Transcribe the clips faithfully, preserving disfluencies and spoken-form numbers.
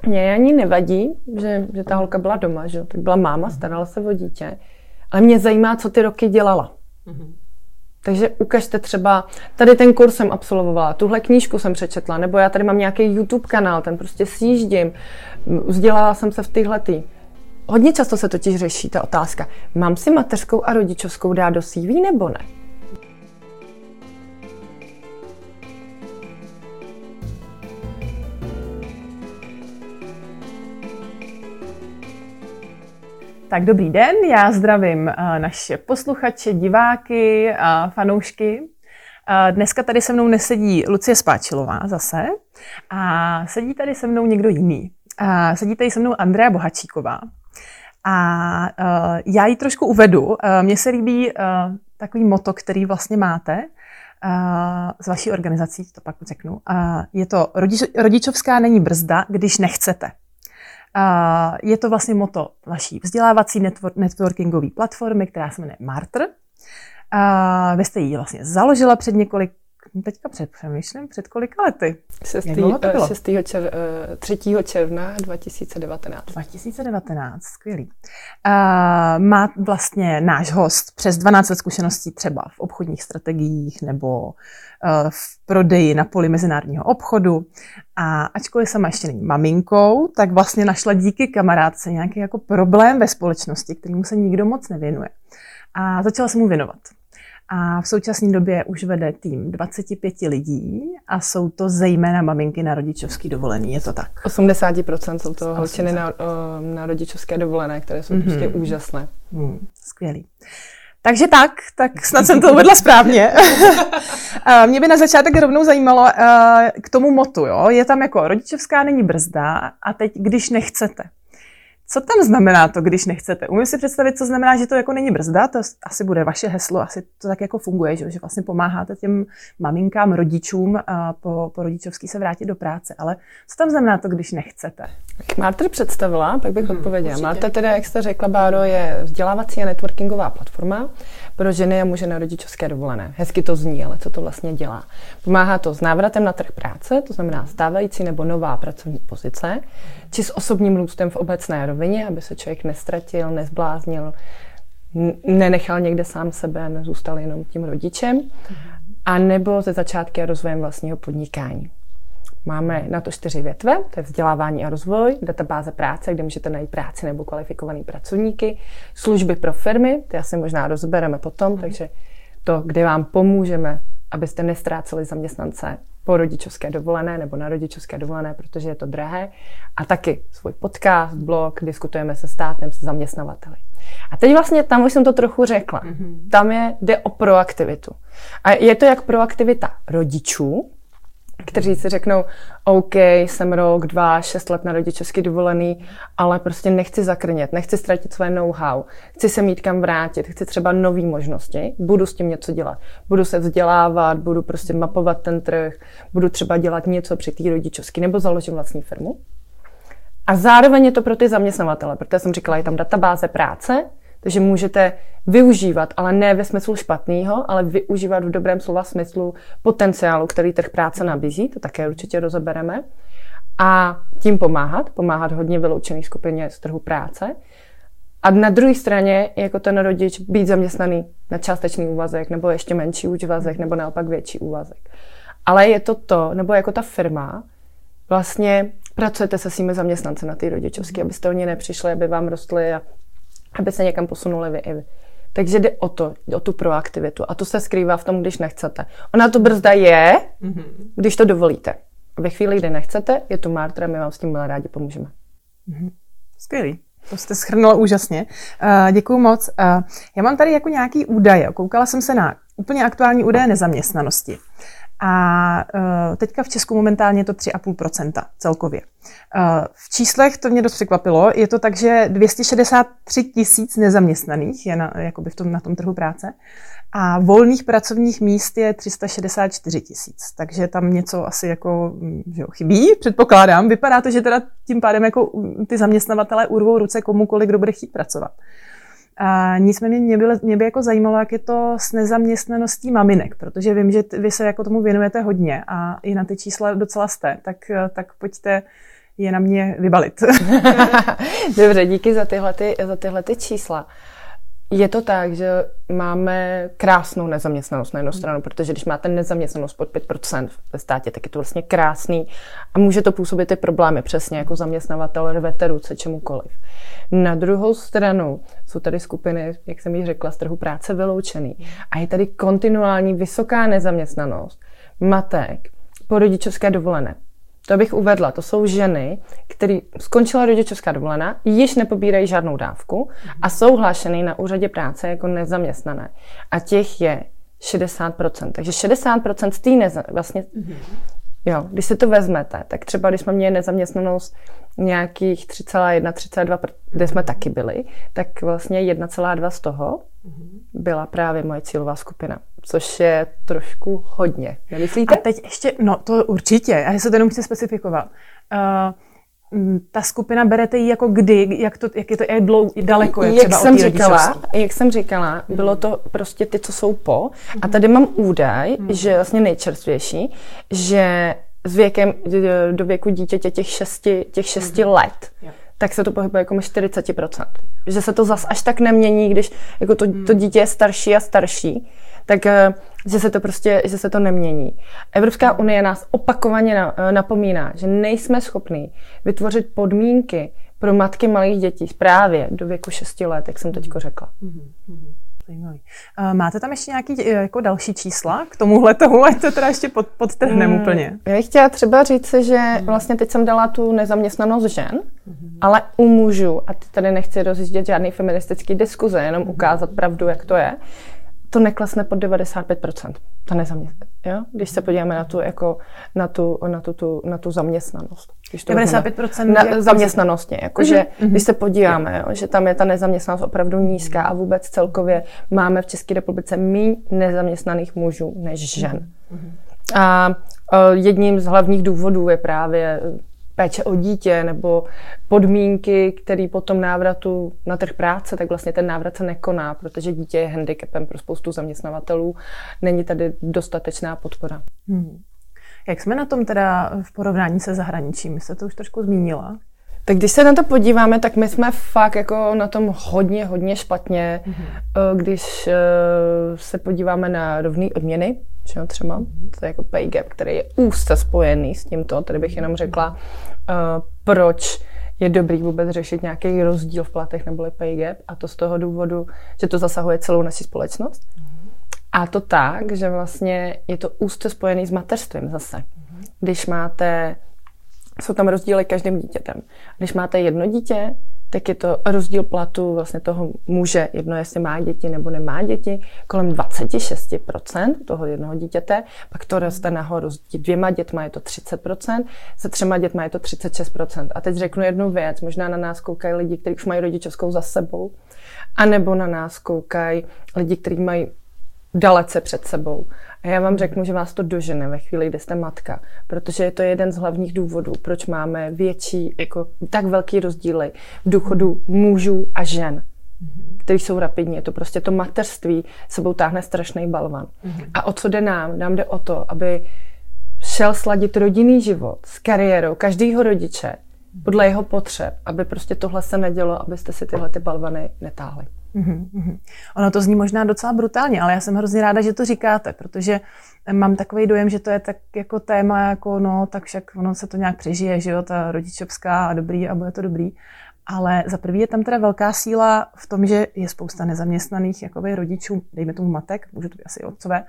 Mně ani nevadí, že, že ta holka byla doma, že? Tak byla máma, starala se o dítě. Ale mě zajímá, co ty roky dělala. Mm-hmm. Takže ukažte třeba, tady ten kurz jsem absolvovala, tuhle knížku jsem přečetla, nebo já tady mám nějaký YouTube kanál, ten prostě sjíždím, vzdělala jsem se v tyhletý. Hodně často se totiž řeší ta otázka, mám si mateřskou a rodičovskou dát do C V nebo ne? Tak dobrý den, já zdravím naše posluchače, diváky a fanoušky. Dneska tady se mnou nesedí Lucie Spáčilová zase a sedí tady se mnou někdo jiný. A sedí tady se mnou Andrea Bohačíková. A já ji trošku uvedu. Mně se líbí takový motto, který vlastně máte z vaší organizací, to pak řeknu. Je to rodič, rodičovská není brzda, když nechcete. Uh, je to vlastně motto vaší vzdělávací network, networkingové platformy, která se jmenuje Martr. Uh, vy jste ji vlastně založila před několik, teďka před, přemýšlím, před kolika lety? třetího června dva tisíce devatenáct. dva tisíce devatenáct, skvělý. Uh, má vlastně náš host přes dvanáct let zkušeností třeba v obchodních strategiích nebo uh, v prodeji na poli mezinárodního obchodu. A ačkoliv sama ještě není maminkou, tak vlastně našla díky kamarádce nějaký jako problém ve společnosti, kterému se nikdo moc nevěnuje. A začala se mu věnovat. A v současné době už vede tým dvacet pět lidí a jsou to zejména maminky na rodičovský dovolený, je to tak? osmdesát procent jsou to holčiny na, na rodičovské dovolené, které jsou mm-hmm. prostě úžasné. Mm, skvělý. Takže tak, tak snad jsem to uvedla správně. Mě by na začátek rovnou zajímalo k tomu motu, jo? Je tam jako rodičovská není brzda a teď když nechcete. Co tam znamená to, když nechcete? Umím si představit, co znamená, že to jako není brzda, to asi bude vaše heslo, asi to tak jako funguje, že, že vlastně pomáháte těm maminkám, rodičům po, po rodičovský se vrátit do práce, ale co tam znamená to, když nechcete? Jak Martr představila, pak bych hmm, odpověděla. Martr teda, jak jste řekla, Báro, je vzdělávací a networkingová platforma pro ženy a muže na rodičovské dovolené. Hezky to zní, ale co to vlastně dělá? Pomáhá to s návratem na trh práce, to znamená stávající nebo nová pracovní pozice, či s osobním růstem v obecné rovině, aby se člověk nestratil, nezbláznil, nenechal někde sám sebe, nezůstal jenom tím rodičem, a nebo ze začátky a rozvojem vlastního podnikání. Máme na to čtyři větve, to je vzdělávání a rozvoj, databáze práce, kde můžete najít práci nebo kvalifikovaný pracovníky, služby pro firmy, ty asi možná rozbereme potom, takže to, kde vám pomůžeme, abyste nestráceli zaměstnance po rodičovské dovolené nebo na rodičovské dovolené, protože je to drahé. A taky svůj podcast, blog, diskutujeme se státem, se zaměstnavateli. A teď vlastně tam už jsem to trochu řekla. Mm-hmm. Tam je, jde o proaktivitu. A je to jak proaktivita rodičů, kteří si řeknou, OK, jsem rok, dva, šest let na rodičovský dovolený, ale prostě nechci zakrnět, nechci ztratit své know-how, chci se mít kam vrátit, chci třeba nový možnosti, budu s tím něco dělat, budu se vzdělávat, budu prostě mapovat ten trh, budu třeba dělat něco při té rodičovské nebo založím vlastní firmu. A zároveň je to pro ty zaměstnavatele, protože jsem říkala, je tam databáze práce, takže můžete využívat, ale ne ve smyslu špatného, ale využívat v dobrém slova smyslu potenciálu, který trh práce nabízí, to také určitě rozebereme. A tím pomáhat, pomáhat hodně vyloučené skupině z trhu práce. A na druhé straně, jako ten rodič, být zaměstnaný na částečný úvazek, nebo ještě menší úvazek, nebo naopak větší úvazek. Ale je to to, nebo jako ta firma, vlastně pracujete se svými zaměstnanci na té rodičovské, abyste oni nepřišli, aby vám rostly a aby se někam posunuli vy i vy. Takže jde o to, o tu proaktivitu. A to se skrývá v tom, když nechcete. Ona to brzda je, mm-hmm. když to dovolíte. Ve chvíli, kdy nechcete, je tu Martr a my vám s tím rádi pomůžeme. Mm-hmm. Skvělý. To jste shrnula úžasně. Uh, děkuju moc. Uh, já mám tady jako nějaký údaje. Koukala jsem se na úplně aktuální údaje nezaměstnanosti. A uh, teďka v Česku momentálně je to tři celá pět procenta celkově. Uh, v číslech to mě dost překvapilo. Je to tak, že dvě stě šedesát tři tisíc nezaměstnaných je na, jakoby v tom, na tom trhu práce a volných pracovních míst je tři sta šedesát čtyři tisíc. Takže tam něco asi jako že jo, chybí, předpokládám. Vypadá to, že teda tím pádem jako ty zaměstnavatelé urvou ruce komukoliv, kdo bude chtít pracovat. A nicméně mě by, mě by jako zajímalo, jak je to s nezaměstnaností maminek, protože vím, že vy se jako tomu věnujete hodně a i na ty čísla docela jste, tak, tak pojďte je na mě vybalit. Dobře, díky za tyhle, ty, za tyhle ty čísla. Je to tak, že máme krásnou nezaměstnanost na jednu stranu, protože když máte nezaměstnanost pod pět procent ve státě, tak je to vlastně krásný a může to působit ty problémy přesně jako zaměstnavatel rvete ruce čemukoliv. Na druhou stranu jsou tady skupiny, jak jsem již řekla, z trhu práce vyloučený a je tady kontinuální vysoká nezaměstnanost matek po rodičovské dovolené. To bych uvedla, to jsou ženy, které skončila rodičovská dovolená, již nepobírají žádnou dávku a jsou hlášeny na úřadě práce jako nezaměstnané. A těch je šedesát procent. Takže šedesát procent z té neza... vlastně, jo, když si to vezmete, tak třeba když jsme měli nezaměstnanost nějakých tři celá jedna, tři celá dva, kde jsme taky byli, tak vlastně jedna celá dva z toho byla právě moje cílová skupina, což je trošku hodně. Nemyslíte? A teď ještě, no to určitě, já se to jenom chci specifikovat. Uh, ta skupina, berete ji jako kdy, jak, to, jak je to, jak dlouho, daleko je jak třeba jsem od té říkala, Jak jsem říkala, bylo to prostě ty, co jsou po. A tady mám údaj, že vlastně nejčerstvější, že s věkem, do věku dítěte těch šesti, těch šesti let, tak se to pohybuje jako čtyřicet procent. Že se to zas až tak nemění, když jako to, to dítě je starší a starší, tak že se to prostě, že se to nemění. Evropská unie nás opakovaně napomíná, že nejsme schopní vytvořit podmínky pro matky malých dětí právě do věku šesti let, jak jsem teďko řekla. Zajímavý. Máte tam ještě nějaký jako další čísla k tomuhle tomu, ať to teda ještě pod, podtrhneme hmm. úplně? Já bych chtěla třeba říct, že vlastně teď jsem dala tu nezaměstnanost žen, hmm. ale u mužů, a tady nechci rozjíždět žádný feministický diskuze, jenom ukázat pravdu, jak to je, to neklesne pod devadesát pět procent. Ta nezaměstnanost. Jo? Když se podíváme na tu, jako, na tu, na tu, tu, na tu zaměstnanost. Když to devadesát pět procent na zaměstnanosti. Jakože, mm-hmm. když se podíváme, jo, že tam je ta nezaměstnanost opravdu nízká a vůbec celkově máme v České republice méně nezaměstnaných mužů než žen. Mm-hmm. A, a jedním z hlavních důvodů je právě péče o dítě nebo podmínky, které po tom návratu na trh práce, tak vlastně ten návrat se nekoná, protože dítě je handicapem pro spoustu zaměstnavatelů. Není tady dostatečná podpora. Hmm. Jak jsme na tom teda v porovnání se zahraničím? Jste to už trošku zmínila. Tak když se na to podíváme, tak my jsme fakt jako na tom hodně, hodně špatně. Mm-hmm. Když se podíváme na rovné odměny, že třeba, mm-hmm. to je jako pay gap, který je úzce spojený s tímto, tady bych jenom řekla, uh, proč je dobrý vůbec řešit nějaký rozdíl v platech neboli pay gap, a to z toho důvodu, že to zasahuje celou naši společnost. Mm-hmm. A to tak, že vlastně je to úzce spojený s mateřstvím zase. Mm-hmm. Když máte Jsou tam rozdíly každým dítětem. Když máte jedno dítě, tak je to rozdíl platu vlastně toho muže, jedno jestli má děti nebo nemá děti, kolem dvacet šest procent toho jednoho dítěte, pak to roste nahoru s dvěma dětma je to třicet procent, se třema dětma je to třicet šest procent. A teď řeknu jednu věc, možná na nás koukají lidi, kteří už mají rodičovskou za sebou, anebo na nás koukají lidi, kteří mají dalece před sebou. A já vám řeknu, že vás to dožene ve chvíli, kdy jste matka, protože je to jeden z hlavních důvodů, proč máme větší, jako tak velký rozdíly v důchodu mužů a žen, který jsou rapidní. Je to prostě to mateřství sebou táhne strašný balvan. A o co jde nám? Nám jde o to, aby šel sladit rodinný život s kariérou každého rodiče podle jeho potřeb, aby prostě tohle se nedělo, abyste si tyhle ty balvany netáhli. Uhum. Ono to zní možná docela brutálně, ale já jsem hrozně ráda, že to říkáte, protože mám takový dojem, že to je tak jako téma, jako no, tak však ono se to nějak přežije, že jo, ta rodičovská a dobrý a bude to dobrý. Ale za prvý je tam teda velká síla v tom, že je spousta nezaměstnaných jakoby rodičů, dejme tomu matek, může to být asi otcové,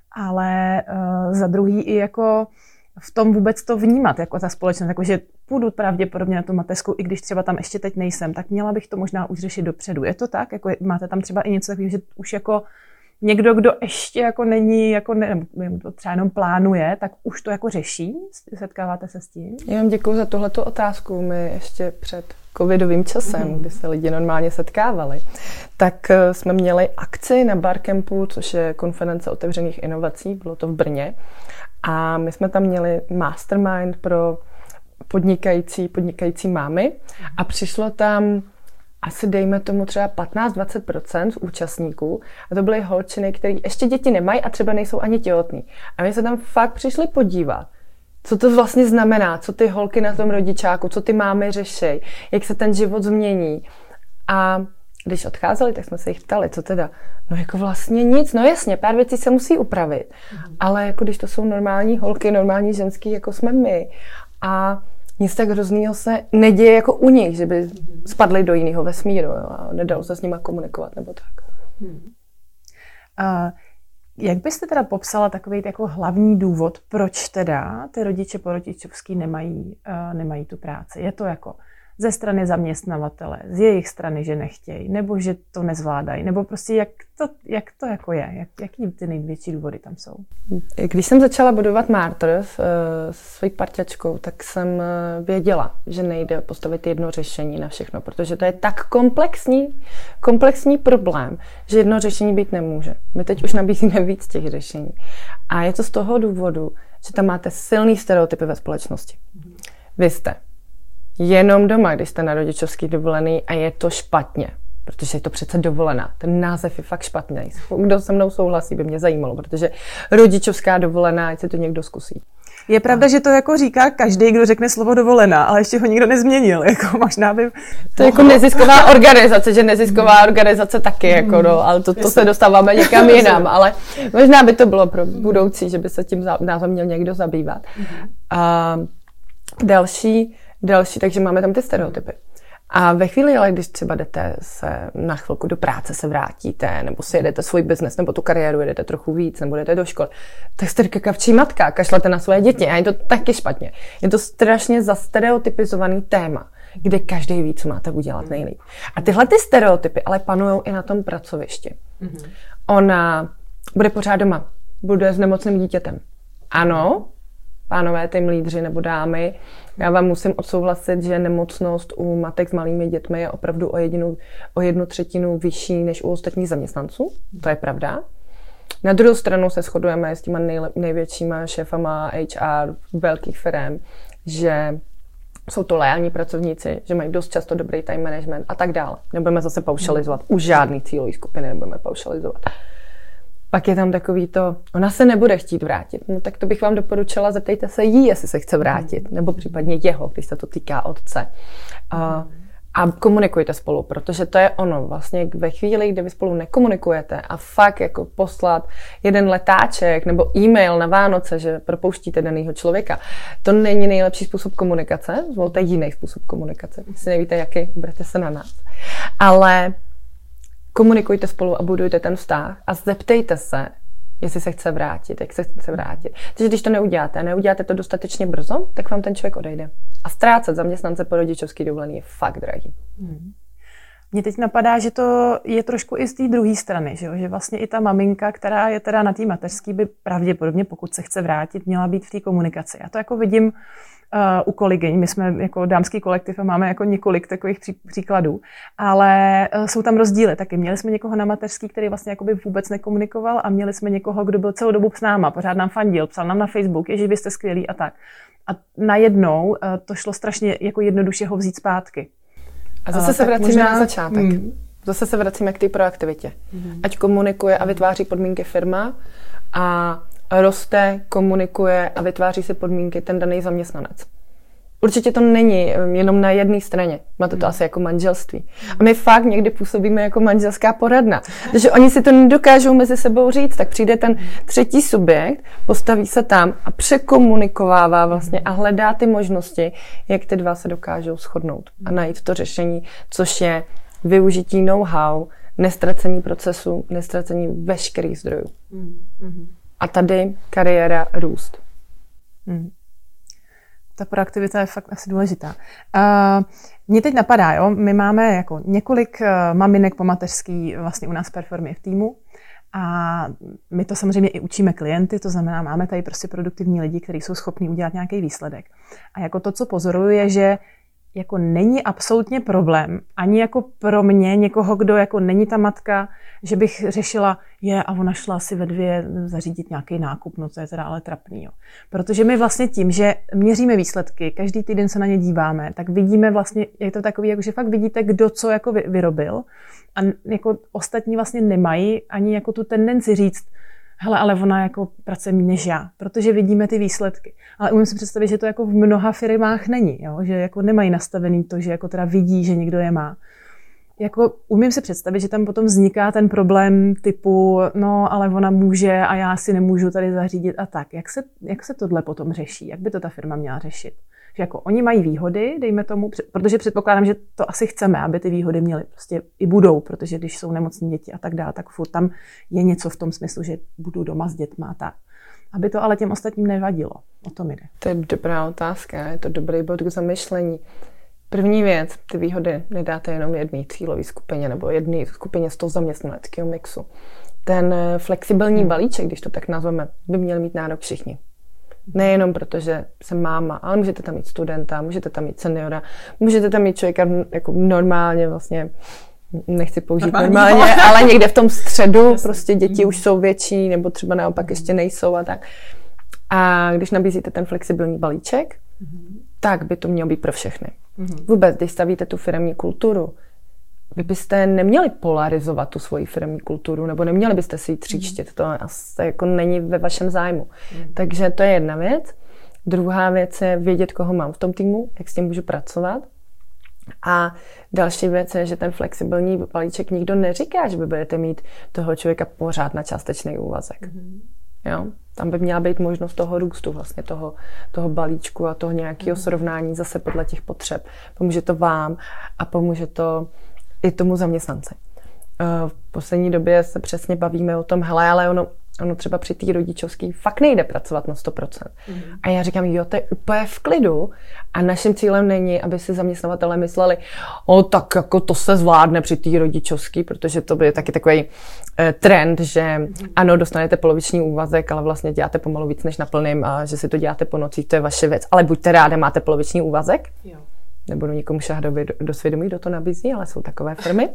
ale uh, za druhý i jako v tom vůbec to vnímat, jako ta společnost, jako že půjdu pravděpodobně na tu mateřskou, i když třeba tam ještě teď nejsem, tak měla bych to možná už řešit dopředu. Je to tak? Jako máte tam třeba i něco takového, že už jako někdo, kdo ještě jako není, jako ne, to třeba jenom plánuje, tak už to jako řeší? Setkáváte se s tím? Já vám děkuju za tuhletu otázku. My ještě před covidovým časem, mm. kdy se lidi normálně setkávali, tak jsme měli akci na Barcampu, což je konference otevřených inovací, bylo to v Brně. A my jsme tam měli mastermind pro podnikající, podnikající mámy a přišlo tam asi dejme tomu třeba patnáct až dvacet procent účastníků a to byly holčiny, které ještě děti nemají a třeba nejsou ani těhotný. A my se tam fakt přišli podívat, Co to vlastně znamená, co ty holky na tom rodičáku, co ty mámy řeší, jak se ten život změní. A když odcházeli, tak jsme se jich ptali, co teda? No jako vlastně nic, no jasně, pár věcí se musí upravit, mm. ale jako když to jsou normální holky, normální ženský, jako jsme my. A nic tak hroznýho se neděje jako u nich, že by spadli do jiného vesmíru, jo, a nedalo se s nima komunikovat nebo tak. Hmm. Uh, jak byste teda popsala takový jako hlavní důvod, proč teda ty rodiče po rodičovský nemají, uh, nemají tu práci? Je to jako ze strany zaměstnavatele, z jejich strany, že nechtějí, nebo že to nezvládají, nebo prostě jak to, jak to jako je, jak, jaký ty největší důvody tam jsou? Když jsem začala budovat Martyr s svojí parťačkou, tak jsem věděla, že nejde postavit jedno řešení na všechno, protože to je tak komplexní, komplexní problém, že jedno řešení být nemůže. My teď už nabízíme víc těch řešení. A je to z toho důvodu, že tam máte silný stereotypy ve společnosti. Vy jste jenom doma, když jste na rodičovský dovolený a je to špatně, protože je to přece dovolená. Ten název je fakt špatný. Kdo se mnou souhlasí, by mě zajímalo, protože rodičovská dovolená, ať se to někdo zkusí. Je pravda, a... že to jako říká každý, kdo řekne slovo dovolená, ale ještě ho nikdo nezměnil. Jako možná by... To je jako nezisková organizace, že nezisková organizace taky, jako no, ale to, to se dostáváme někam jinam, ale možná by to bylo pro budoucí, že by se tím názvem měl někdo zabývat. A další Další, takže máme tam ty stereotypy. A ve chvíli, ale když třeba jdete se na chvilku do práce, se vrátíte, nebo si jedete svůj biznes, nebo tu kariéru jedete trochu víc, nebo jdete do školy, tak jste kavčí matka, kašlete na svoje děti a je to taky špatně. Je to strašně zastereotypizovaný téma, kde každý ví, co máte udělat nejlíp. A tyhle ty stereotypy ale panují i na tom pracovišti. Mm-hmm. Ona bude pořád doma, bude s nemocným dítětem. Ano, pánové, tým lídři nebo dámy, já vám musím odsouhlasit, že nemocnost u matek s malými dětmi je opravdu o, jedinu, o jednu třetinu vyšší než u ostatních zaměstnanců. To je pravda. Na druhou stranu se shodujeme s těma nejle, největšíma šéfama H R velkých firm, že jsou to loajální pracovníci, že mají dost často dobrý time management a tak dále. Nebudeme zase paušalizovat. Už žádný cílový skupiny nebudeme paušalizovat. Pak je tam takový to, ona se nebude chtít vrátit. No tak to bych vám doporučila, zeptejte se jí, jestli se chce vrátit. Nebo případně jeho, když se to týká otce. A, a komunikujte spolu, protože to je ono. Vlastně ve chvíli, kdy vy spolu nekomunikujete a fakt jako poslat jeden letáček nebo e-mail na Vánoce, že propouštíte daného člověka, to není nejlepší způsob komunikace. Zvolte jiný způsob komunikace. Jestli nevíte, jaký, obraťte se na nás. Ale komunikujte spolu a budujte ten vztah a zeptejte se, jestli se chce vrátit, jak se chce vrátit. Takže když to neuděláte a neuděláte to dostatečně brzo, tak vám ten člověk odejde. A ztrácet zaměstnance po rodičovský dovolený je fakt drahý. Hmm. Mně teď napadá, že to je trošku i z té druhé strany, že, jo? Že vlastně i ta maminka, která je teda na té mateřský, by pravděpodobně, pokud se chce vrátit, měla být v té komunikaci. Já to jako vidím Uh, u kolegyň. My jsme jako dámský kolektiv a máme jako několik takových pří, příkladů, ale uh, jsou tam rozdíly taky. Měli jsme někoho na mateřský, který vlastně jakoby vůbec nekomunikoval a měli jsme někoho, kdo byl celou dobu s náma, pořád nám fandil, psal nám na Facebook, ježiš, vy jste skvělí a tak. A najednou uh, to šlo strašně jako jednoduše ho vzít zpátky. A zase uh, se vracíme možná... na začátek. Hmm. Zase se vracíme k té proaktivitě. Hmm. Ať komunikuje a vytváří podmínky firma a roste, komunikuje a vytváří si podmínky ten daný zaměstnanec. Určitě to není jenom na jedné straně. Máte to hmm. asi jako manželství. A my fakt někdy působíme jako manželská poradna. Takže oni si to nedokážou mezi sebou říct, tak přijde ten třetí subjekt, postaví se tam a překomunikovává vlastně a hledá ty možnosti, jak ty dva se dokážou shodnout a najít to řešení, což je využití know-how, nestracení procesu, nestracení veškerých zdrojů. Hmm. A tady kariéra, růst. Hmm. Ta proaktivita je fakt asi důležitá. Uh, Mně teď napadá, jo, my máme jako několik uh, maminek po mateřský vlastně u nás performy v týmu a my to samozřejmě i učíme klienty, to znamená, máme tady prostě produktivní lidi, kteří jsou schopní udělat nějaký výsledek. A jako to, co pozoruju, je, že jako není absolutně problém, ani jako pro mě, někoho, kdo jako není ta matka, že bych řešila, je a ona šla si ve dvě zařídit nějaký nákup, no to je teda ale trapný. Jo. Protože my vlastně tím, že měříme výsledky, každý týden se na ně díváme, tak vidíme vlastně, je to takový, jako že fakt vidíte, kdo co jako vyrobil a jako ostatní vlastně nemají ani jako tu tendenci říct, hele, ale ona jako pracuje méně než já, protože vidíme ty výsledky. Ale umím si představit, že to jako v mnoha firmách není, jo? Že jako nemají nastavený to, že jako teda vidí, že někdo je má. Jako umím si představit, že tam potom vzniká ten problém typu, no ale ona může a já si nemůžu tady zařídit a tak. Jak se, jak se tohle potom řeší? Jak by to ta firma měla řešit? Že jako oni mají výhody, dejme tomu, protože předpokládám, že to asi chceme, aby ty výhody měly prostě i budou, protože když jsou nemocní děti a tak dále, tak furt tam je něco v tom smyslu, že budu doma s dětma a tak. Aby to ale těm ostatním nevadilo. O tom jde. To je dobrá otázka, je to dobrý bod k zamyšlení. První věc, ty výhody nedáte jenom jedné cílové skupině nebo jedné skupině z toho zaměstnaneckého mixu. Ten flexibilní balíček, když to tak nazveme, by měl mít nárok všichni. Nejenom proto, že jsem máma, ale můžete tam mít studenta, můžete tam mít seniora, můžete tam mít člověka jako normálně vlastně, nechci použít normálně, normálně ale někde v tom středu, prostě děti už jsou větší, nebo třeba naopak ještě nejsou a tak. A když nabízíte ten flexibilní balíček, tak by to mělo být pro všechny. Vůbec, když stavíte tu firemní kulturu, vy byste neměli polarizovat tu svoji firemní kulturu, nebo neměli byste si ji tříštit. To asi jako není ve vašem zájmu. Mm. Takže to je jedna věc. Druhá věc je vědět, koho mám v tom týmu, jak s tím můžu pracovat. A další věc je, že ten flexibilní balíček nikdo neříká, že by budete mít toho člověka pořád na částečný úvazek. Mm. Jo? Tam by měla být možnost toho růstu, vlastně toho, toho balíčku a toho nějakého mm. srovnání zase podle těch potřeb. Pomůže to vám a pomůže to i tomu zaměstnanci. V poslední době se přesně bavíme o tom, hele, ale ono, ono třeba při té rodičovské fakt nejde pracovat na sto procent. Mm. A já říkám, jo, to je úplně v klidu a naším cílem není, aby si zaměstnavatelé mysleli, o, tak jako to se zvládne při té rodičovské, protože to je taky takový eh, trend, že mm. ano, dostanete poloviční úvazek, ale vlastně děláte pomalu víc než na plným a že si to děláte po nocích, to je vaše věc. Ale buďte ráda, máte poloviční úvazek. Jo. Nebudu nikomu šahat do, do svědomí, kdo to nabízí, ale jsou takové firmy.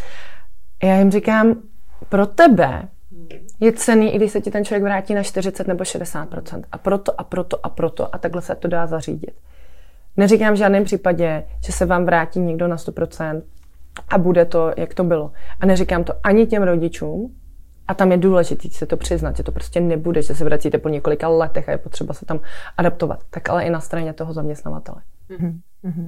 Já jim říkám, pro tebe je cenný, i když se ti ten člověk vrátí na čtyřicet nebo šedesát procent. A proto a proto a proto a takhle se to dá zařídit. Neříkám v žádném případě, že se vám vrátí někdo na sto procent a bude to, jak to bylo. A neříkám to ani těm rodičům, a tam je důležité se to přiznat, že to prostě nebude, že se vracíte po několika letech a je potřeba se tam adaptovat. Tak ale i na straně toho zaměstnavatele. Mm-hmm. Mm-hmm.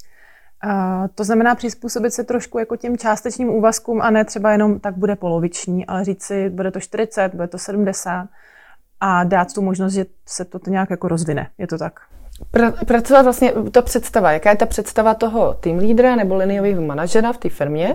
Uh, to znamená přizpůsobit se trošku jako těm částečným úvazkům a ne třeba jenom tak bude poloviční, ale říct si, bude to čtyřicet, bude to sedmdesát a dát tu možnost, že se to nějak jako rozvine. Je to tak? Pra, pracovat vlastně, to představa, jaká je ta představa toho team leadera nebo liniového manažera v té firmě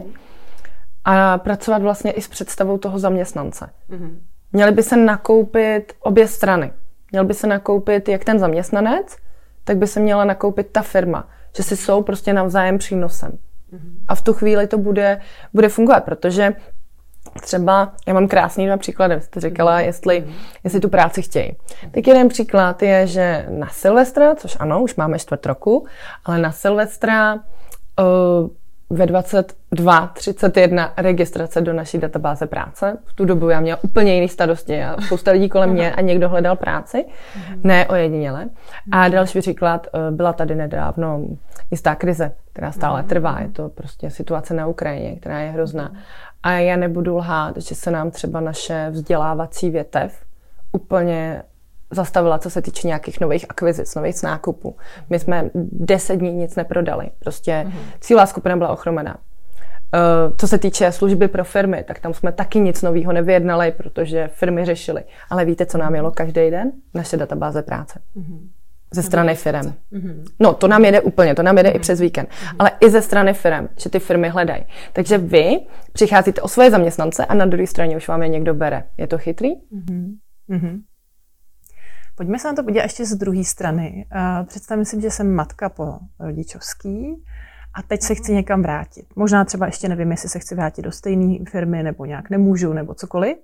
a pracovat vlastně i s představou toho zaměstnance. Mm-hmm. Měly by se nakoupit obě strany. Měl by se nakoupit jak ten zaměstnanec, tak by se měla nakoupit ta firma. Že si jsou prostě navzájem přínosem. Mm-hmm. A v tu chvíli to bude, bude fungovat, protože třeba, já mám krásný dva příklady, jste říkala, jestli, mm-hmm. jestli tu práci chtějí. Mm-hmm. Tak jeden příklad je, že na Silvestra, což ano, už máme čtvrt roku, ale na Silvestra uh, ve dvacet dva třicet jedna registrace do naší databáze práce. V tu dobu já měla úplně jiný starosti a spousta lidí kolem mě a někdo hledal práci. Ne ojediněle. A další příklad, byla tady nedávno jistá krize, která stále trvá. Je to prostě situace na Ukrajině, která je hrozná. A já nebudu lhát, že se nám třeba naše vzdělávací větev úplně zastavila, co se týče nějakých nových akvizic, nových nákupů. My jsme deset dní nic neprodali. Prostě celá skupina byla ochromená. Uh, co se týče služby pro firmy, tak tam jsme taky nic nového nevyjednali, protože firmy řešily. Ale víte, co nám jelo každý den? Naše databáze práce. Ze strany firem. No, to nám jede úplně, to nám jede i přes víkend. Ale i ze strany firem, že ty firmy hledají. Takže vy přicházíte o svoje zaměstnance a na druhé straně už vám je někdo bere. Je to chytrý? Mm-hmm. Pojďme se na to podívat ještě z druhé strany. Představím si, že jsem matka po rodičovský a teď se chci někam vrátit. Možná třeba ještě nevím, jestli se chci vrátit do stejné firmy nebo nějak nemůžu nebo cokoliv.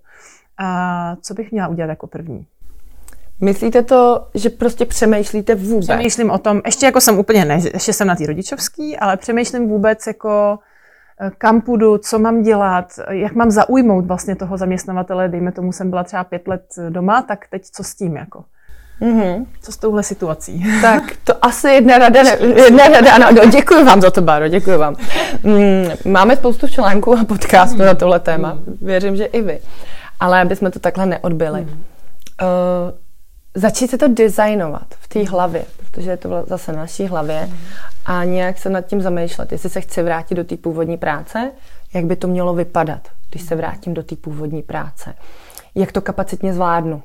A co bych měla udělat jako první? Myslíte to, že prostě přemýšlíte vůbec? Přemýšlím o tom, ještě jako jsem úplně ne, ještě jsem na té rodičovský, ale přemýšlím vůbec jako kam půjdu, co mám dělat, jak mám zaujmout vlastně toho zaměstnavatele, dejme tomu, jsem byla třeba pět let doma, tak teď co s tím jako? Mm-hmm. Co s touhle situací? Tak to asi jedna rada, ne, jedna rada, ano, no, děkuji vám za to, Báro, děkuji vám. Mm, máme spoustu článků a podcastů na tohle téma, věřím, že i vy. Ale aby jsme to takhle neodbyli. Mm. Uh, začít se to designovat v té hlavě, protože je to zase na naší hlavě mm. a nějak se nad tím zamýšlet, jestli se chci vrátit do té původní práce, jak by to mělo vypadat, když se vrátím do té původní práce. Jak to kapacitně zvládnu.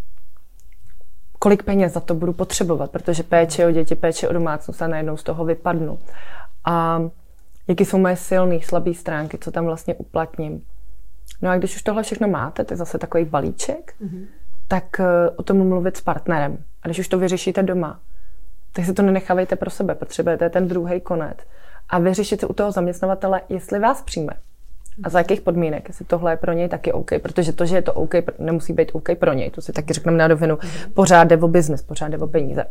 Kolik peněz za to budu potřebovat, protože péče o děti, péče o domácnost a najednou z toho vypadnu. A jaký jsou moje silné, slabé stránky, co tam vlastně uplatním. No a když už tohle všechno máte, tak zase takový balíček, mm-hmm. tak o tom mluvit s partnerem. A když už to vyřešíte doma, tak si to nenechávejte pro sebe, potřebujete ten druhý konec. A vyřešit si u toho zaměstnavatele, jestli vás přijme. A za jakých podmínek, jestli tohle je pro něj taky OK, protože to, že je to OK, nemusí být OK pro něj, to si taky řekneme na rovinu, mm-hmm. pořád jde o business, pořád jde o peníze.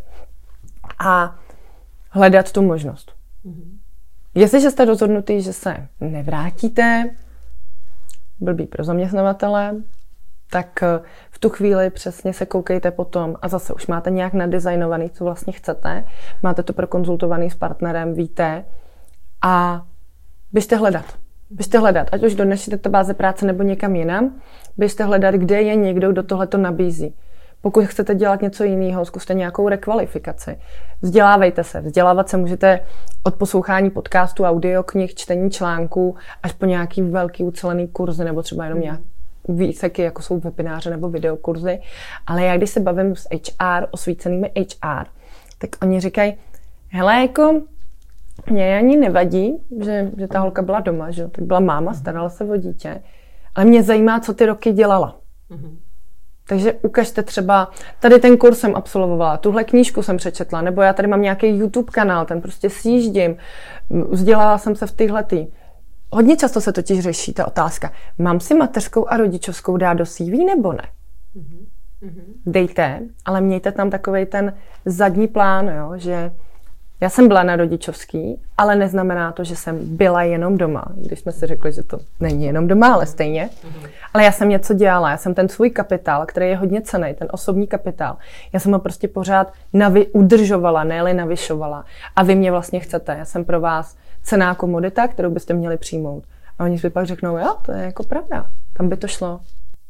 A hledat tu možnost. Mm-hmm. Jestliže jste rozhodnutý, že se nevrátíte, blbý pro zaměstnavatele, tak v tu chvíli přesně se koukejte potom a zase už máte nějak nadizajnovaný, co vlastně chcete, máte to prokonzultovaný s partnerem, víte a běžte hledat. Běžte hledat, ať už do naší databáze práce nebo někam jinam, běžte hledat, kde je někdo, kdo tohle to nabízí. Pokud chcete dělat něco jiného, zkuste nějakou rekvalifikaci. Vzdělávejte se. Vzdělávat se můžete od poslouchání podcastu, audioknih, čtení článků, až po nějaký velký ucelený kurzy, nebo třeba jenom nějaký výseky, jako jsou webináře nebo videokurzy. Ale já, když se bavím s H R, osvícenými H R, tak oni říkají, hele, jako mě ani nevadí, že, že ta holka byla doma, že? Tak byla máma, starala se o dítě, ale mě zajímá, co ty roky dělala. Mm-hmm. Takže ukažte třeba, tady ten kurz jsem absolvovala, tuhle knížku jsem přečetla, nebo já tady mám nějaký YouTube kanál, ten prostě sjíždím, vzdělala jsem se v tyhletý. Hodně často se totiž řeší ta otázka, mám si mateřskou a rodičovskou dát do C V nebo ne? Mm-hmm. Dejte, ale mějte tam takovej ten zadní plán, jo, že já jsem byla na rodičovský, ale neznamená to, že jsem byla jenom doma. Když jsme si řekli, že to není jenom doma, ale stejně. Mm-hmm. Ale já jsem něco dělala, já jsem ten svůj kapitál, který je hodně cenný, ten osobní kapitál. Já jsem ho prostě pořád navi- udržovala, ne-li navyšovala. A vy mě vlastně chcete. Já jsem pro vás cenná komodita, kterou byste měli přijmout. A oni si pak řeknou, jo, to je jako pravda. Tam by to šlo.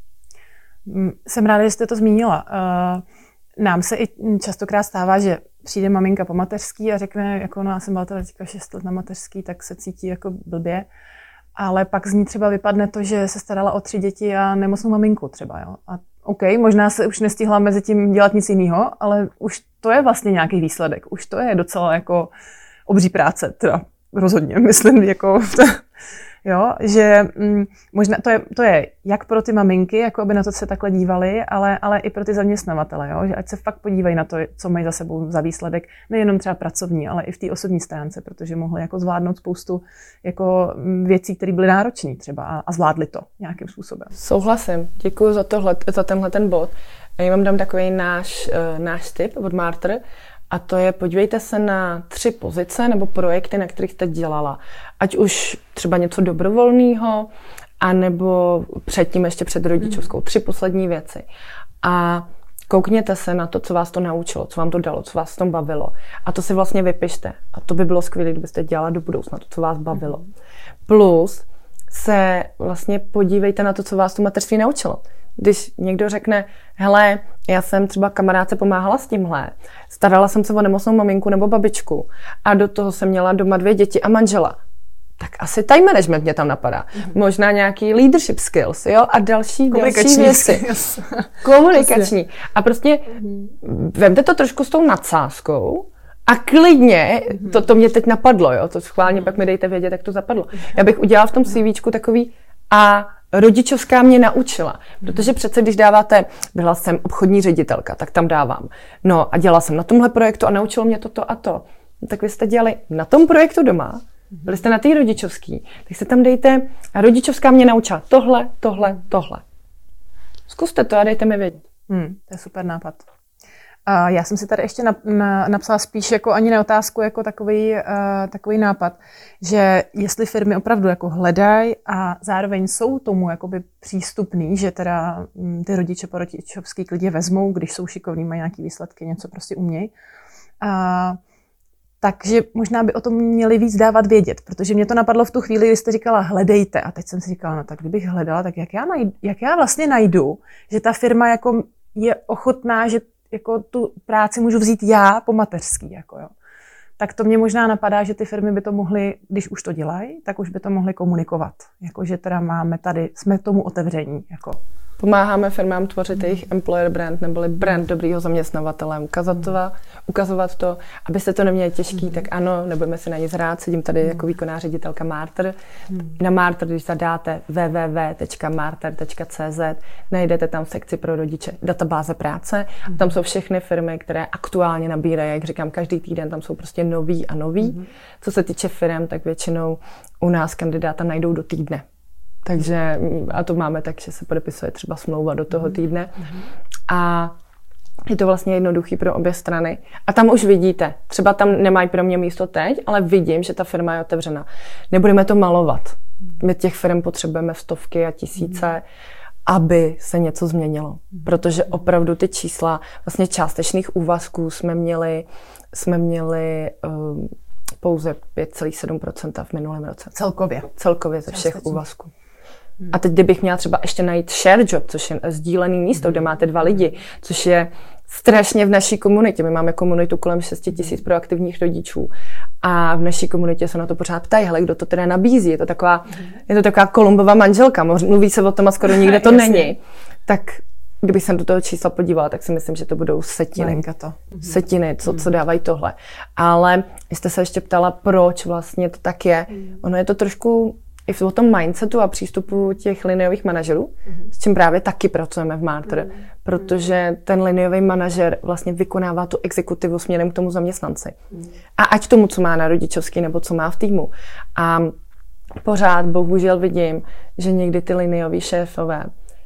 Jsem ráda, že jste to zmínila. Uh, nám se i častokrát stává, že přijde maminka po mateřský a řekne, jako no, já jsem byla teda teďka šest let na mateřský, tak se cítí jako blbě. Ale pak z ní třeba vypadne to, že se starala o tři děti a nemocnou maminku třeba. Jo? A OK, možná se už nestihla mezi tím dělat nic jiného, ale už to je vlastně nějaký výsledek. Už to je docela jako obří práce, teda rozhodně, myslím, jako jo, že mm, možná to je, to je jak pro ty maminky, jako aby na to se takhle dívali, ale, ale i pro ty zaměstnavatele, jo, že ať se fakt podívají na to, co mají za sebou za výsledek, nejenom třeba pracovní, ale i v té osobní stránce, protože mohli jako zvládnout spoustu jako věcí, které byly náročné třeba a, a zvládli to nějakým způsobem. Souhlasím, děkuji za, tohle, za tenhle ten bod. Já vám dám takový náš, uh, náš tip od Martr, a to je, podívejte se na tři pozice nebo projekty, na kterých jste dělala. Ať už třeba něco dobrovolného, anebo předtím ještě před rodičovskou. Tři poslední věci. A koukněte se na to, co vás to naučilo, co vám to dalo, co vás to bavilo. A to si vlastně vypište. A to by bylo skvělé, kdybyste dělala do budoucna to, co vás bavilo. Plus se vlastně podívejte na to, co vás to mateřství naučilo. Když někdo řekne, hele, já jsem třeba kamarádce pomáhala s tímhle, starala jsem se o nemocnou maminku nebo babičku a do toho jsem měla doma dvě děti a manžela, tak asi time management mě tam napadá. Mm-hmm. Možná nějaký leadership skills, jo, a další, další věci. Komunikační. A prostě mm-hmm. vemte to trošku s tou nadsázkou a klidně, mm-hmm. to, to mě teď napadlo, jo, to schválně mm-hmm. pak mi dejte vědět, jak to zapadlo. Já bych udělala v tom CVčku takový a rodičovská mě naučila, protože přece, když dáváte, byla jsem obchodní ředitelka, tak tam dávám. No a dělala jsem na tomhle projektu a naučilo mě toto a to. No, tak vy jste dělali na tom projektu doma, byli jste na té rodičovský, tak se tam dejte a rodičovská mě naučila tohle, tohle, tohle. Zkuste to a dejte mi vědět. Hmm, to je super nápad. Uh, já jsem si tady ještě na, na, napsala spíš jako ani na otázku, jako takový, uh, takový nápad, že jestli firmy opravdu jako hledají a zároveň jsou tomu jakoby přístupný, že teda m, ty rodiče po rodičovský klidně vezmou, když jsou šikovní, mají nějaký výsledky, něco prostě umějí. Uh, takže možná by o tom měli víc dávat vědět, protože mě to napadlo v tu chvíli, kdy jste říkala hledejte a teď jsem si říkala, no tak kdybych hledala, tak jak já, najdu, jak já vlastně najdu, že ta firma jako je ochotná, že jako tu práci můžu vzít já po mateřský, jako jo. Tak to mě možná napadá, že ty firmy by to mohly, když už to dělají, tak už by to mohly komunikovat. Jako, že teda máme tady, jsme tomu otevření. Jako. Pomáháme firmám tvořit jejich employer brand, neboli brand dobrýho zaměstnavatele, ukazovat, ukazovat to, abyste to neměli těžký, mm. tak ano, nebudeme si na nic hrát, sedím tady mm. jako výkonná ředitelka Marter. Mm. Na Marter, když zadáte w w w tečka marter tečka c z, najdete tam sekci pro rodiče, databáze práce, mm. tam jsou všechny firmy, které aktuálně nabírají, jak říkám, každý týden tam jsou prostě nový a nový. Mm. Co se týče firm, tak většinou u nás kandidáta najdou do týdne. Takže, a to máme tak, že se podepisuje třeba smlouva do toho týdne. A je to vlastně jednoduchý pro obě strany. A tam už vidíte, třeba tam nemají pro mě místo teď, ale vidím, že ta firma je otevřena. Nebudeme to malovat. My těch firm potřebujeme stovky a tisíce, aby se něco změnilo. Protože opravdu ty čísla, vlastně částečných úvazků jsme měli, jsme měli um, pouze pět celá sedm procenta v minulém roce. Celkově. Celkově ze všech úvazků. A teď, kdybych měla třeba ještě najít share job, což je sdílený místo, mm. kde máte dva lidi, což je strašně v naší komunitě. My máme komunitu kolem šest tisíc proaktivních rodičů a v naší komunitě se na to pořád ptají, hele, kdo to teda nabízí. Je to taková, mm. je to taková Kolumbova manželka, mluví se o tom a skoro nikde to není. Tak kdybych se do toho čísla podívala, tak si myslím, že to budou setiny. To. Setiny, co, co dávají tohle. Ale jste se ještě ptala, proč vlastně to tak je. Ono je to trošku i v tom mindsetu a přístupu těch liniových manažerů, s čím právě taky pracujeme v Marter, protože ten liniový manažer vlastně vykonává tu exekutivu směrem k tomu zaměstnanci. A ať tomu, co má na rodičovský nebo co má v týmu. A pořád bohužel vidím, že někdy ty linioví šéfové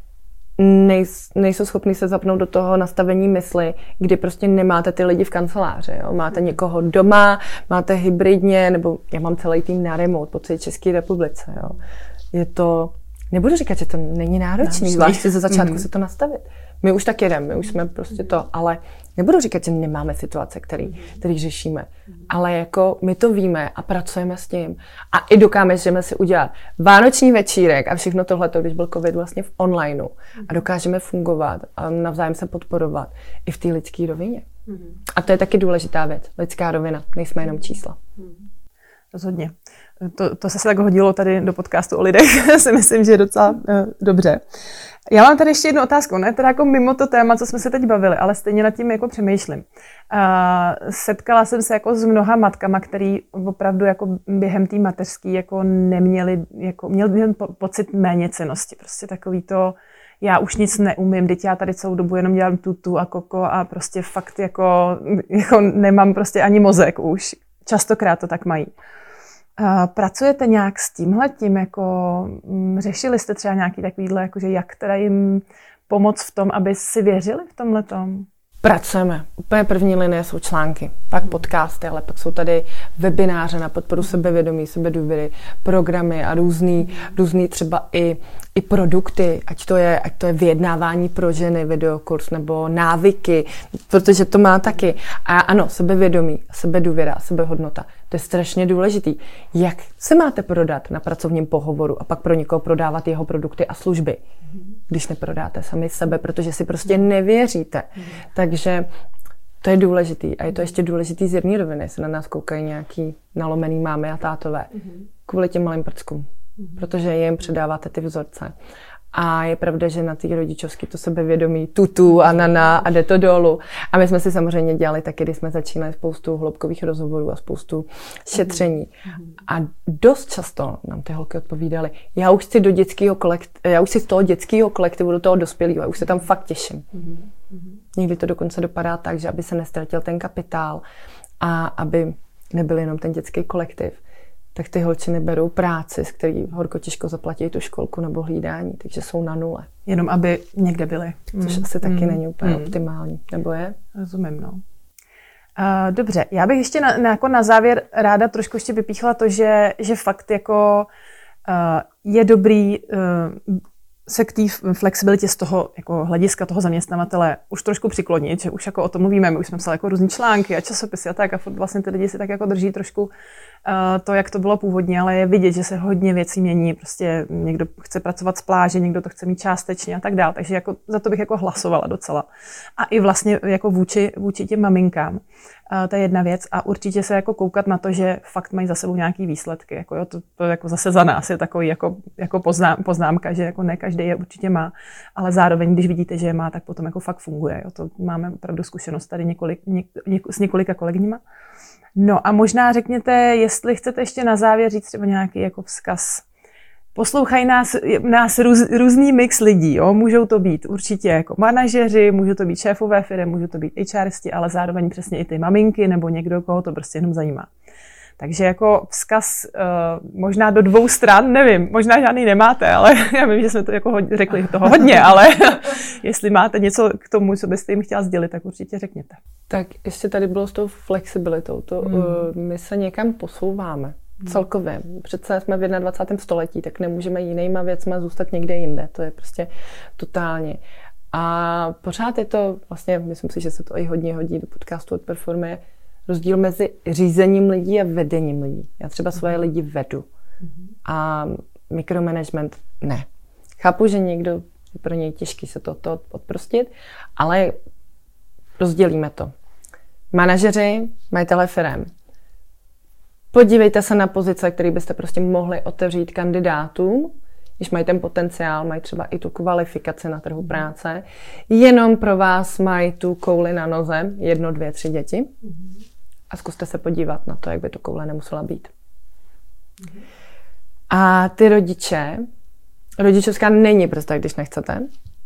nejsou schopní se zapnout do toho nastavení mysli, kdy prostě nemáte ty lidi v kanceláři. Jo? Máte někoho doma, máte hybridně, nebo já mám celý tým na remote po celé České republice. Jo? Je to, nebudu říkat, že to není náročné, zvláště ze začátku mm-hmm. se to nastavit. My už tak jedeme, my už jsme prostě to, ale nebudu říkat, že nemáme situace, který, který řešíme, ale jako my to víme a pracujeme s tím a i dokážeme si udělat vánoční večírek a všechno tohleto, když byl covid vlastně v onlineu a dokážeme fungovat a navzájem se podporovat i v té lidské rovině. A to je taky důležitá věc, lidská rovina, nejsme jenom čísla. Rozhodně. To, to se tak hodilo tady do podcastu o lidech, si myslím, že je docela uh, dobře. Já mám tady ještě jednu otázku, ne teda jako mimo to téma, co jsme se teď bavili, ale stejně nad tím jako přemýšlím. Uh, setkala jsem se jako s mnoha matkama, který opravdu jako během té mateřský jako neměli, jako měl, měl pocit méněcennosti, prostě takový to, já už nic neumím, teď já tady celou dobu jenom dělám tutu a koko a prostě fakt jako, jako nemám prostě ani mozek už. Častokrát to tak mají. Uh, pracujete nějak s tímhletím, jako m, řešili jste třeba nějaký takovýhle, jakože jak teda jim pomoct v tom, aby si věřili v tomhletom? Pracujeme. Úplně první linie jsou články, pak podcasty, ale pak jsou tady webináře na podporu sebevědomí, sebedůvěry, programy a různý, různý třeba i, i produkty, ať to je, ať to je vyjednávání pro ženy, videokurs nebo návyky, protože to má taky. A ano, sebevědomí, sebedůvěra, sebehodnota, to je strašně důležitý. Jak se máte prodat na pracovním pohovoru a pak pro někoho prodávat jeho produkty a služby, když neprodáte sami sebe, protože si prostě nevěříte. Takže to je důležitý. A je to ještě důležitý z jedné roviny. Se na nás koukají nějaký nalomený mámy a tátové kvůli těm malým prckům. Protože jim předáváte ty vzorce. A je pravda, že na té rodičovské to sebevědomí tutu a nana a jde to dolů. A my jsme si samozřejmě dělali taky, když jsme začínali spoustu hloubkových rozhovorů a spoustu šetření. A dost často nám ty holky odpovídaly, já už chci do dětského kolektivu, já už si z toho dětského kolektivu do toho dospělého, já už se tam fakt těším. Někdy to dokonce dopadá tak, že aby se nestratil ten kapitál a aby nebyl jenom ten dětský kolektiv, tak ty holčiny berou práci, z který horko těžko zaplatí tu školku nebo hlídání, takže jsou na nule. Jenom aby někde byly. Což mm. asi taky mm. není úplně mm. optimální, nebo je? Rozumím, no. Uh, dobře, já bych ještě na, na, jako na závěr ráda trošku ještě vypíchla to, že, že fakt jako uh, je dobrý uh, se k té flexibilitě z toho jako hlediska toho zaměstnavatele už trošku přiklonit, že už jako o tom mluvíme, my už jsme psali jako různý články a časopisy a tak a vlastně ty lidi si tak jako drží trošku uh, to, jak to bylo původně, ale je vidět, že se hodně věcí mění, prostě někdo chce pracovat z pláže, někdo to chce mít částečně a tak dál, takže jako za to bych jako hlasovala docela. A i vlastně jako vůči, vůči těm maminkám. Uh, to je jedna věc a určitě se jako koukat na to, že fakt mají za sebou nějaký výsledky. Jako jo, to, to jako zase za nás je takový jako, jako poznám, poznámka, že jako ne každý je určitě má, ale zároveň, když vidíte, že je má, tak potom jako fakt funguje. Jo. To máme opravdu zkušenost tady několik, něk, něk, s několika kolegyněma. No a možná řekněte, jestli chcete ještě na závěr říct třeba nějaký jako vzkaz. Poslouchají nás, nás růz, různý mix lidí, jo? Můžou to být určitě jako manažeři, můžou to být šéfové firmy, můžou to být HRisti, ale zároveň přesně i ty maminky nebo někdo, koho to prostě jenom zajímá. Takže jako vzkaz uh, možná do dvou stran, nevím, možná žádný nemáte, ale já vím, že jsme to jako hodně, řekli toho hodně, ale jestli máte něco k tomu, co byste jim chtěla sdělit, tak určitě řekněte. Tak ještě tady bylo s tou flexibilitou, to, hmm. uh, my se někam posouváme. Celkově. Přece jsme v dvacátém prvním století, tak nemůžeme jinýma věcma zůstat někde jinde. To je prostě totálně. A pořád je to, vlastně, myslím si, že se to i hodně hodí do podcastu od Performy, rozdíl mezi řízením lidí a vedením lidí. Já třeba svoje lidi vedu. A mikromanagement ne. Chápu, že někdo je pro něj těžký se to, to odprostit, ale rozdělíme to. Manažeři, majitele firem. Podívejte se na pozice, které byste prostě mohli otevřít kandidátům, když mají ten potenciál, mají třeba i tu kvalifikaci na trhu práce, jenom pro vás mají tu kouli na noze, jedno, dvě, tři děti a zkuste se podívat na to, jak by to koule nemusela být. A ty rodiče, rodičovská není prostě, když nechcete.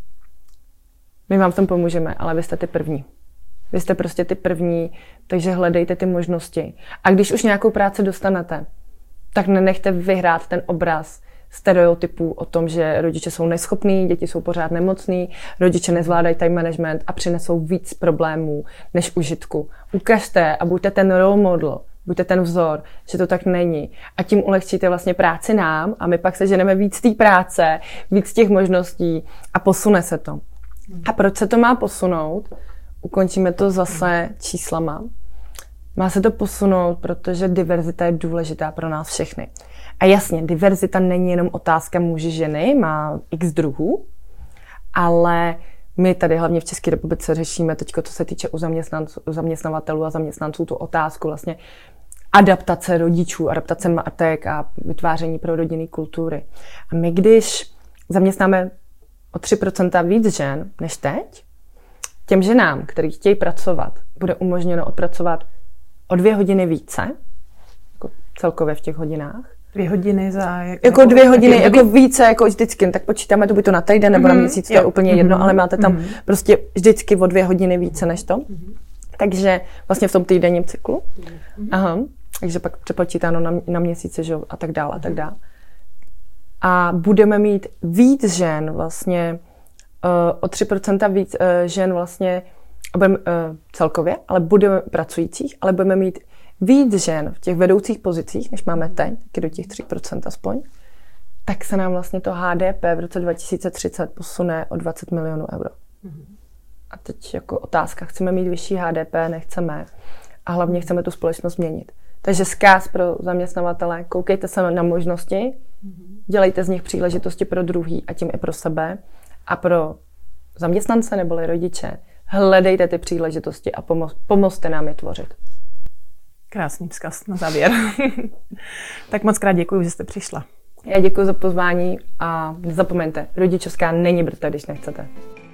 My vám v tom pomůžeme, ale vy jste ty první. Vy jste prostě ty první, takže hledejte ty možnosti. A když už nějakou práci dostanete, tak nenechte vyhrát ten obraz stereotypů o tom, že rodiče jsou neschopní, děti jsou pořád nemocní, rodiče nezvládají time management a přinesou víc problémů než užitku. Ukažte a buďte ten role model, buďte ten vzor, že to tak není. A tím ulehčíte vlastně práci nám a my pak se ženeme víc té práce, víc těch možností a posune se to. A proč se to má posunout? Ukončíme to zase číslama. Má se to posunout, protože diverzita je důležitá pro nás všechny. A jasně, diverzita není jenom otázka muži ženy, má x druhů, ale my tady hlavně v České republice řešíme teď, co se týče u, u zaměstnavatelů a zaměstnanců, tu otázku vlastně adaptace rodičů, adaptace matek a vytváření pro rodinné kultury. A my, když zaměstnáme o tři procenta víc žen než teď, těm ženám, kteří chtějí pracovat, bude umožněno odpracovat o dvě hodiny více, jako celkově v těch hodinách. Dvě hodiny za... Jak, jako dvě jako, hodiny, jako více, jako vždycky, tak počítáme to buď to na týden nebo mm-hmm, na měsíc, to jo. je úplně jedno, mm-hmm, ale máte tam mm-hmm. prostě vždycky o dvě hodiny více než to. Mm-hmm. Takže vlastně v tom týdenním cyklu. Mm-hmm. Aha, takže pak přepočítáno na, na měsíce, že, a tak dále, a tak dále. A budeme mít víc žen vlastně, uh, o tři procenta víc uh, žen vlastně budeme, uh, celkově, ale budeme pracujících, ale budeme mít víc žen v těch vedoucích pozicích, než máme teď, taky do těch tři procenta aspoň, tak se nám vlastně to H D P v roce dva tisíce třicet posune o dvacet milionů euro. Mm-hmm. A teď jako otázka, chceme mít vyšší H D P, nechceme. A hlavně chceme tu společnost měnit. Takže vzkaz pro zaměstnavatele, koukejte se na možnosti, mm-hmm. dělejte z nich příležitosti pro druhý a tím i pro sebe. A pro zaměstnance neboli rodiče, hledejte ty příležitosti a pomo- pomozte nám je tvořit. Krásný vzkaz na závěr. Tak moc krát děkuji, že jste přišla. Já děkuji za pozvání a nezapomeňte, rodičovská není brzda, když nechcete.